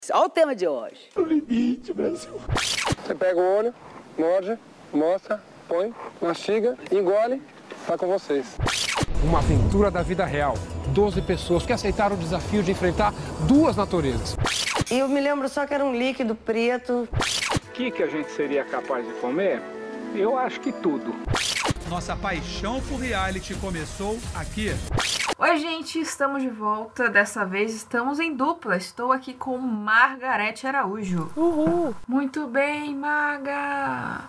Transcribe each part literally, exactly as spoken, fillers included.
Olha o tema de hoje. O limite, Brasil. Você pega o olho, morde, mostra, põe, mastiga, engole, tá com vocês. Uma aventura da vida real. Doze pessoas que aceitaram o desafio de enfrentar duas naturezas. E eu me lembro só que era um líquido preto. O que, que a gente seria capaz de comer? Eu acho que tudo. Nossa paixão por reality começou aqui. Oi, gente, estamos de volta. Dessa vez estamos em dupla. Estou aqui com Margarete Araújo. Uhul! Muito bem, Maga!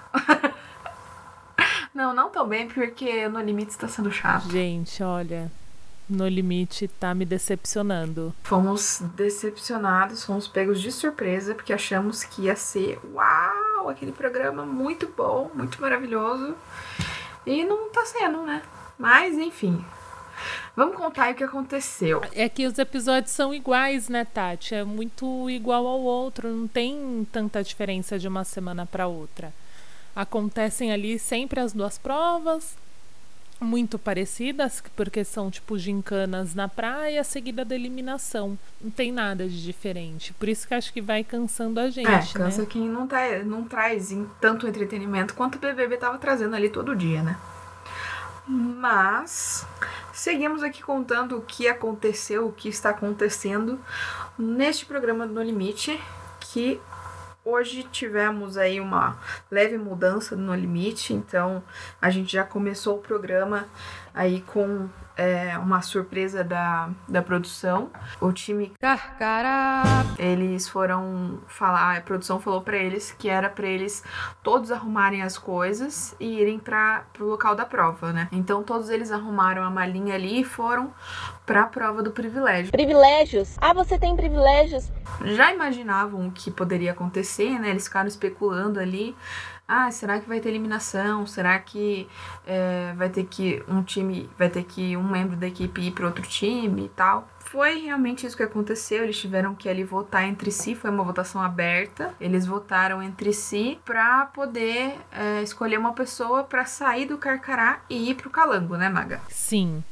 Não, não tão bem, porque No Limite está sendo chato. Gente, olha, No Limite tá me decepcionando. Fomos decepcionados, fomos pegos de surpresa, porque achamos que ia ser, uau, aquele programa muito bom, muito maravilhoso. E não tá sendo, né? Mas, enfim. Vamos contar aí o que aconteceu. É que os episódios são iguais, né, Tati? É muito igual ao outro, não tem tanta diferença de uma semana para outra. Acontecem ali sempre as duas provas, muito parecidas, porque são tipo gincanas na praia, seguida da eliminação. Não tem nada de diferente. Por isso que acho que vai cansando a gente, É, cansa, né? quem não, tá, não traz em tanto entretenimento quanto o B B B tava trazendo ali todo dia, né? Mas seguimos aqui contando o que aconteceu, o que está acontecendo neste programa do No Limite, que hoje tivemos aí uma leve mudança no Limite, então a gente já começou o programa aí com é, uma surpresa da, da produção. O time Carcará, eles foram falar, a produção falou pra eles que era pra eles todos arrumarem as coisas e irem para pro local da prova, né? Então todos eles arrumaram a malinha ali e foram pra prova do privilégio. Privilégios? Ah, você tem privilégios? Já imaginavam o que poderia acontecer, né? Eles ficaram especulando ali. Ah, será que vai ter eliminação? Será que é, vai ter que um time, vai ter que um membro da equipe ir para outro time e tal? Foi realmente isso que aconteceu. Eles tiveram que ali votar entre si. Foi uma votação aberta. Eles votaram entre si para poder é, escolher uma pessoa para sair do Carcará e ir pro Calango, né, Maga? Sim.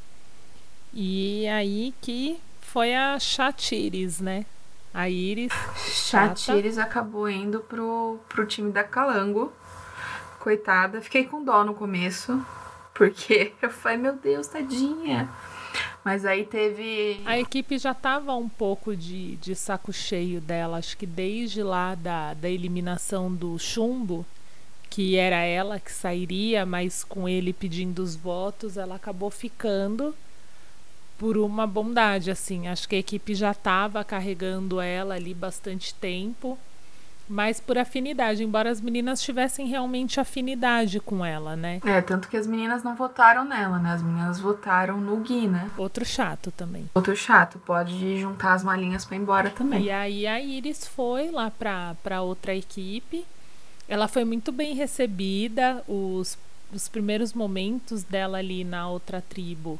E aí que foi a Chatires, né? A Iris Chatires acabou indo pro, pro time da Calango. Coitada. Fiquei com dó no começo, porque eu falei, meu Deus, tadinha. Mas aí teve... A equipe já tava um pouco de, de saco cheio dela. Acho que desde lá da, da eliminação do Chumbo, que era ela que sairia, mas com ele pedindo os votos, ela acabou ficando por uma bondade, assim. Acho que a equipe já estava carregando ela ali bastante tempo, mas por afinidade, embora as meninas tivessem realmente afinidade com ela, né? É, tanto que as meninas não votaram nela, né? As meninas votaram no Gui, né? Outro chato também. Outro chato, pode juntar as malinhas pra ir embora também. E aí a Iris foi lá pra, pra outra equipe. Ela foi muito bem recebida. Os, os primeiros momentos dela ali na outra tribo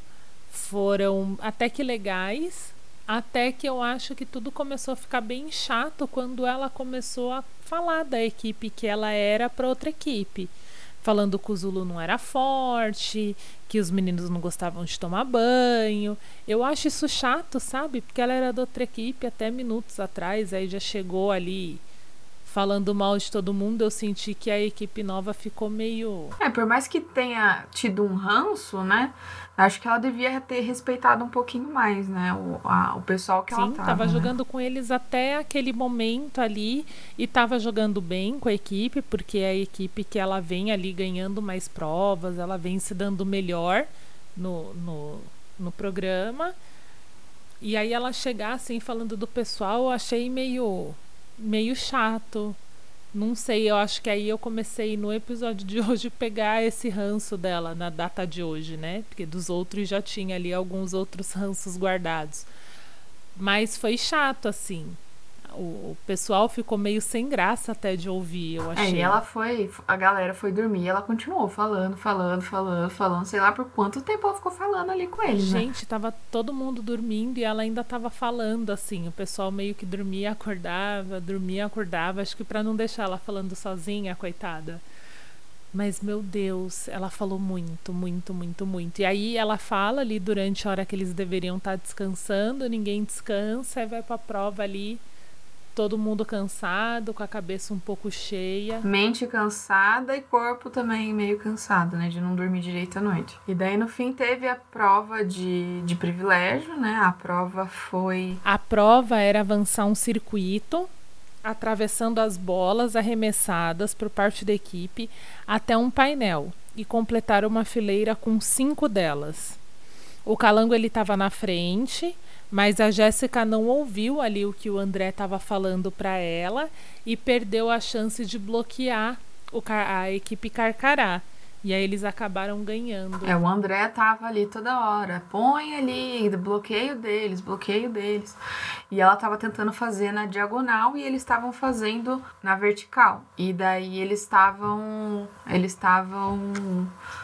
foram até que legais, até que eu acho que tudo começou a ficar bem chato quando ela começou a falar da equipe que ela era para outra equipe, falando que o Zulu não era forte, que os meninos não gostavam de tomar banho. Eu acho isso chato, sabe? Porque ela era da outra equipe até minutos atrás, aí já chegou ali falando mal de todo mundo. Eu senti que a equipe nova ficou meio... É, por mais que tenha tido um ranço, né? Acho que ela devia ter respeitado um pouquinho mais, né? O, a, o pessoal que Sim, ela tava. tava né? jogando com eles até aquele momento ali. E tava jogando bem com a equipe, porque é a equipe que ela vem ali ganhando mais provas, ela vem se dando melhor no, no, no programa. E aí ela chegar assim, falando do pessoal, eu achei meio... meio chato. Não sei, eu acho que aí eu comecei no episódio de hoje pegar esse ranço dela na data de hoje, né? Porque dos outros já tinha ali alguns outros ranços guardados. Mas foi chato, assim. O, o pessoal ficou meio sem graça até de ouvir, eu achei. É, e ela foi, a galera foi dormir, ela continuou falando, falando, falando, falando, sei lá por quanto tempo ela ficou falando ali com eles, Gente, né? tava todo mundo dormindo e ela ainda tava falando, assim, o pessoal meio que dormia, acordava, dormia, acordava, acho que pra não deixar ela falando sozinha, coitada. Mas, meu Deus, ela falou muito, muito, muito, muito. E aí ela fala ali durante a hora que eles deveriam estar descansando, ninguém descansa, aí vai pra prova ali todo mundo cansado, com a cabeça um pouco cheia. Mente cansada e corpo também meio cansado, né? De não dormir direito à noite. E daí, no fim, teve a prova de, de privilégio, né? A prova foi... A prova era avançar um circuito, atravessando as bolas arremessadas por parte da equipe até um painel e completar uma fileira com cinco delas. O Calango ele estava na frente, mas a Jéssica não ouviu ali o que o André estava falando para ela e perdeu a chance de bloquear o, a equipe Carcará. E aí eles acabaram ganhando. É, o André tava ali toda hora. Põe ali, bloqueio deles, bloqueio deles. E ela tava tentando fazer na diagonal e eles estavam fazendo na vertical. E daí eles estavam... Eles estavam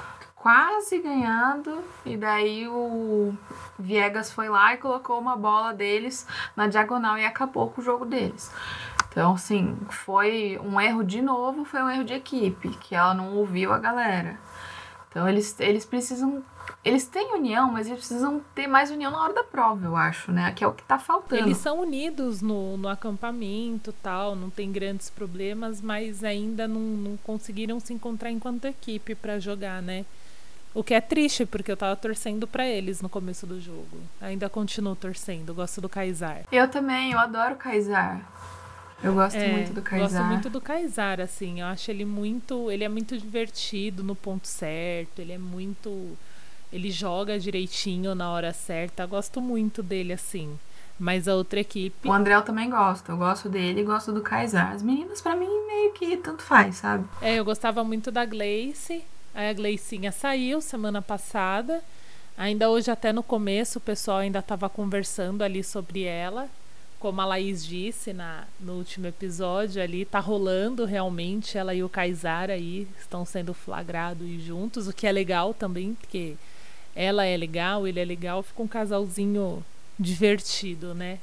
quase ganhando. E daí o Viegas foi lá e colocou uma bola deles na diagonal e acabou com o jogo deles. Então, assim, foi um erro de novo, foi um erro de equipe, que ela não ouviu a galera. Então, eles, eles precisam... Eles têm união, mas eles precisam ter mais união na hora da prova, eu acho, né? Que é o que tá faltando. Eles são unidos no, no acampamento e tal, não tem grandes problemas, mas ainda não, não conseguiram se encontrar enquanto equipe pra jogar, né? O que é triste, porque eu tava torcendo pra eles no começo do jogo. Ainda continuo torcendo, gosto do Kaysar. Eu também, eu adoro o Kaysar. Eu gosto é, muito do Kaysar. Gosto muito do Kaysar, assim. Eu acho ele muito... Ele é muito divertido no ponto certo. Ele é muito... Ele joga direitinho na hora certa. Eu gosto muito dele, assim. Mas a outra equipe... O André eu também gosto. Eu gosto dele e gosto do Kaysar. As meninas, pra mim, meio que tanto faz, sabe? É, eu gostava muito da Gleice. Aí a Gleicinha saiu semana passada. Ainda hoje, até no começo, o pessoal ainda tava conversando ali sobre ela. Como a Laís disse na, no último episódio ali, tá rolando realmente, ela e o Kaysar aí estão sendo flagrados e juntos, o que é legal também, porque ela é legal, ele é legal, fica um casalzinho divertido, né?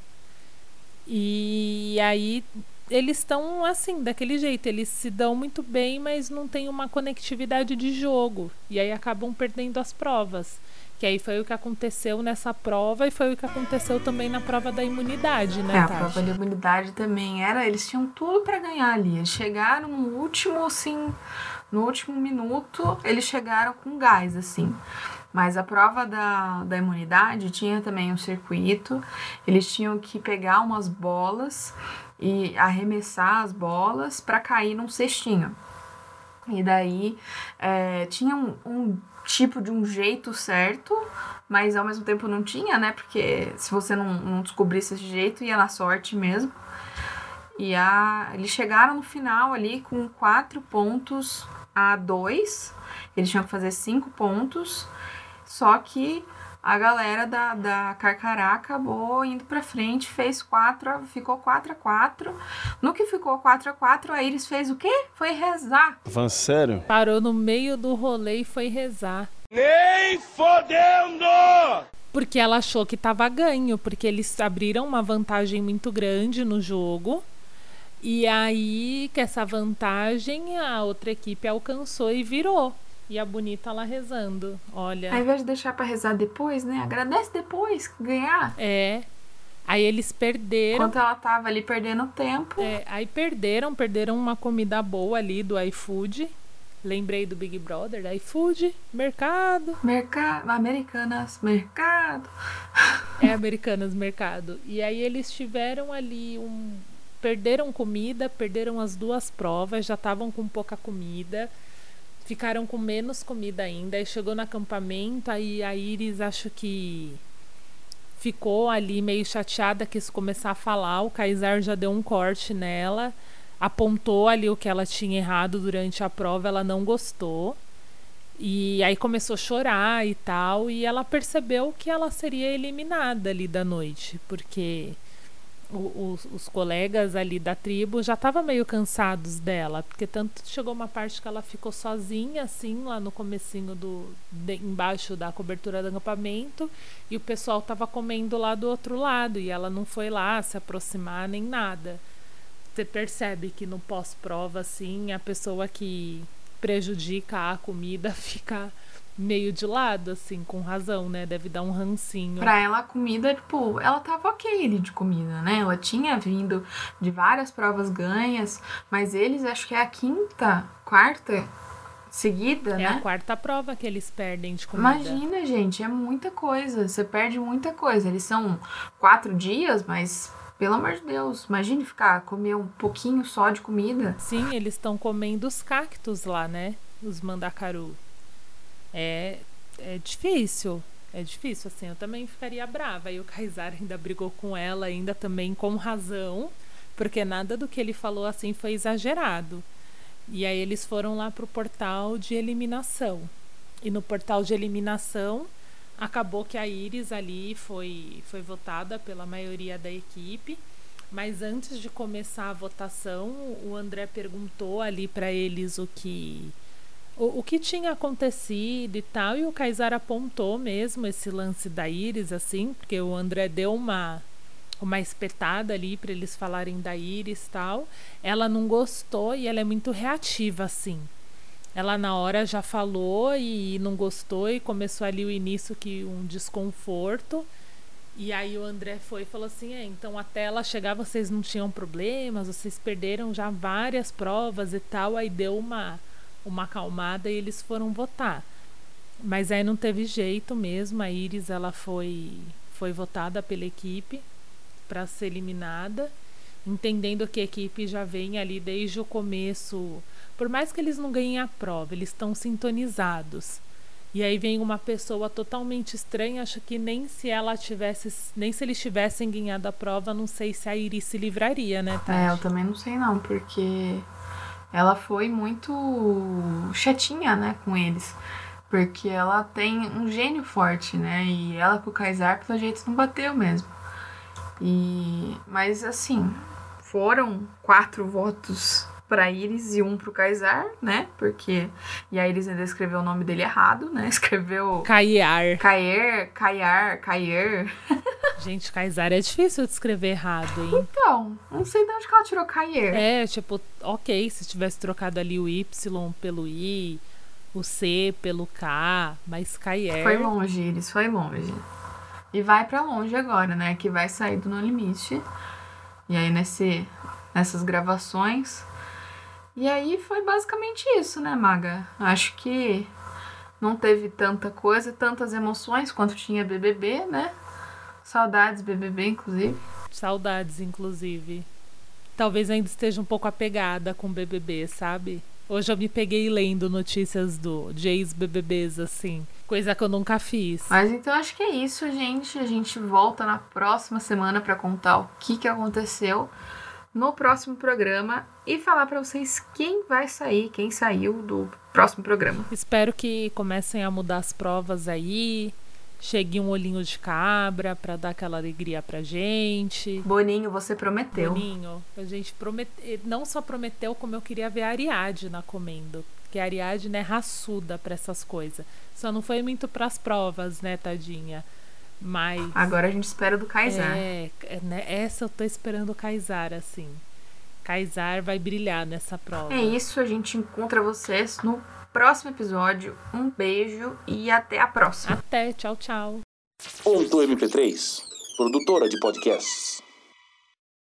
E aí eles estão assim, daquele jeito, eles se dão muito bem, mas não tem uma conectividade de jogo, e aí acabam perdendo as provas. Que aí foi o que aconteceu nessa prova e foi o que aconteceu também na prova da imunidade, né, É, Tati? a prova da imunidade também era... Eles tinham tudo pra ganhar ali. Eles chegaram no último, assim... No último minuto, eles chegaram com gás, assim. Mas a prova da, da imunidade tinha também um circuito. Eles tinham que pegar umas bolas e arremessar as bolas pra cair num cestinho. E daí, é, tinha um... um tipo de um jeito certo, mas ao mesmo tempo não tinha, né? Porque se você não, não descobrisse esse jeito, ia na sorte mesmo. E a, eles chegaram no final ali com quatro pontos a dois. Eles tinham que fazer cinco pontos. Só que a galera da, da Carcará acabou indo pra frente, fez quatro, ficou quatro a quatro. No que ficou quatro a quatro, a Iris fez o quê? Foi rezar. Falando sério? Parou no meio do rolê e foi rezar. Nem fodendo! Porque ela achou que tava ganho, porque eles abriram uma vantagem muito grande no jogo. E aí, que essa vantagem, a outra equipe alcançou e virou. E a bonita lá rezando, olha... Ao invés de deixar pra rezar depois, né? Agradece depois, ganhar. É. Aí eles perderam... Enquanto ela tava ali perdendo tempo... É, aí perderam, perderam uma comida boa ali do iFood. Lembrei do Big Brother, da iFood, mercado... Mercado, Americanas, mercado... É, Americanas, mercado. E aí eles tiveram ali um... Perderam comida, perderam as duas provas, já estavam com pouca comida... Ficaram com menos comida ainda. Aí chegou no acampamento, aí a Iris acho que ficou ali meio chateada, quis começar a falar. O Kaysar já deu um corte nela, apontou ali o que ela tinha errado durante a prova, ela não gostou. E aí começou a chorar e tal, e ela percebeu que ela seria eliminada ali da noite, porque os, os colegas ali da tribo já estavam meio cansados dela, porque tanto chegou uma parte que ela ficou sozinha assim lá no comecinho do de, embaixo da cobertura do acampamento, e o pessoal estava comendo lá do outro lado e ela não foi lá se aproximar nem nada. Você percebe que no pós-prova assim a pessoa que prejudica a comida fica meio de lado, assim, com razão, né? Deve dar um rancinho. Pra ela, a comida, tipo, ela tava ok ali de comida, né? Ela tinha vindo de várias provas ganhas, mas eles, acho que é a quinta, quarta seguida, é né? É a quarta prova que eles perdem de comida. Imagina, gente, é muita coisa. Você perde muita coisa. Eles são quatro dias, mas... Pelo amor de Deus, imagine ficar, comer um pouquinho só de comida. Sim, eles estão comendo os cactos lá, né? Os mandacaru. É, é difícil, é difícil, assim, eu também ficaria brava. E o Kaysar ainda brigou com ela, ainda também com razão, porque nada do que ele falou, assim, foi exagerado. E aí eles foram lá pro portal de eliminação. E no portal de eliminação... Acabou que a Iris ali foi, foi votada pela maioria da equipe, mas antes de começar a votação, o André perguntou ali para eles o que, o, o que tinha acontecido e tal, e o Kaysar apontou mesmo esse lance da Iris, assim, porque o André deu uma, uma espetada ali para eles falarem da Iris e tal. Ela não gostou e ela é muito reativa, assim. Ela na hora já falou e não gostou e começou ali o início que um desconforto. E aí o André foi e falou assim, é, então até ela chegar vocês não tinham problemas, vocês perderam já várias provas e tal. Aí deu uma, uma acalmada e eles foram votar. Mas aí não teve jeito mesmo, a Iris ela foi, foi votada pela equipe para ser eliminada, entendendo que a equipe já vem ali desde o começo... Por mais que eles não ganhem a prova, eles estão sintonizados. E aí vem uma pessoa totalmente estranha, acho que nem se ela tivesse, nem se eles tivessem ganhado a prova, não sei se a Iris se livraria, né, Tati? É, eu também não sei não, porque ela foi muito chatinha, né, com eles. Porque ela tem um gênio forte, né, e ela com o Kaysar, pelo jeito, não bateu mesmo. E... Mas, assim, foram quatro votos... pra Iris e um pro Kaysar, né? Porque... E a Iris ainda escreveu o nome dele errado, né? Escreveu... Kayer. Kayer, Kayer, Kayer. Gente, Kaysar é difícil de escrever errado, hein? Então, não sei de onde que ela tirou Kayer. É, tipo, ok, se tivesse trocado ali o Y pelo I, o C pelo K, mas Kayer... Foi longe, Iris, foi longe. E vai pra longe agora, né? Que vai sair do No Limite. E aí, nesse, nessas gravações... E aí foi basicamente isso, né, Maga? Acho que não teve tanta coisa, tantas emoções quanto tinha B B B, né? Saudades B B B, inclusive. Saudades, inclusive. Talvez ainda esteja um pouco apegada com B B B, sabe? Hoje eu me peguei lendo notícias do, de ex-B B Bs, assim. Coisa que eu nunca fiz. Mas então acho que é isso, gente. A gente volta na próxima semana pra contar o que, que aconteceu no próximo programa e falar pra vocês quem vai sair, quem saiu do próximo programa. Espero que comecem a mudar as provas aí, chegue um olhinho de cabra pra dar aquela alegria pra gente. Boninho, você prometeu. Boninho, a gente prometeu, não só prometeu, como eu queria ver a Ariadna comendo, porque a Ariadna é raçuda pra essas coisas. Só não foi muito pras provas, né, tadinha? Mas... Agora a gente espera do Kaysar. É, né, essa eu tô esperando o Kaysar, assim. Kaysar vai brilhar nessa prova. É isso, a gente encontra vocês no próximo episódio. Um beijo e até a próxima. Até, tchau, tchau. Ponto M P três, produtora de podcasts.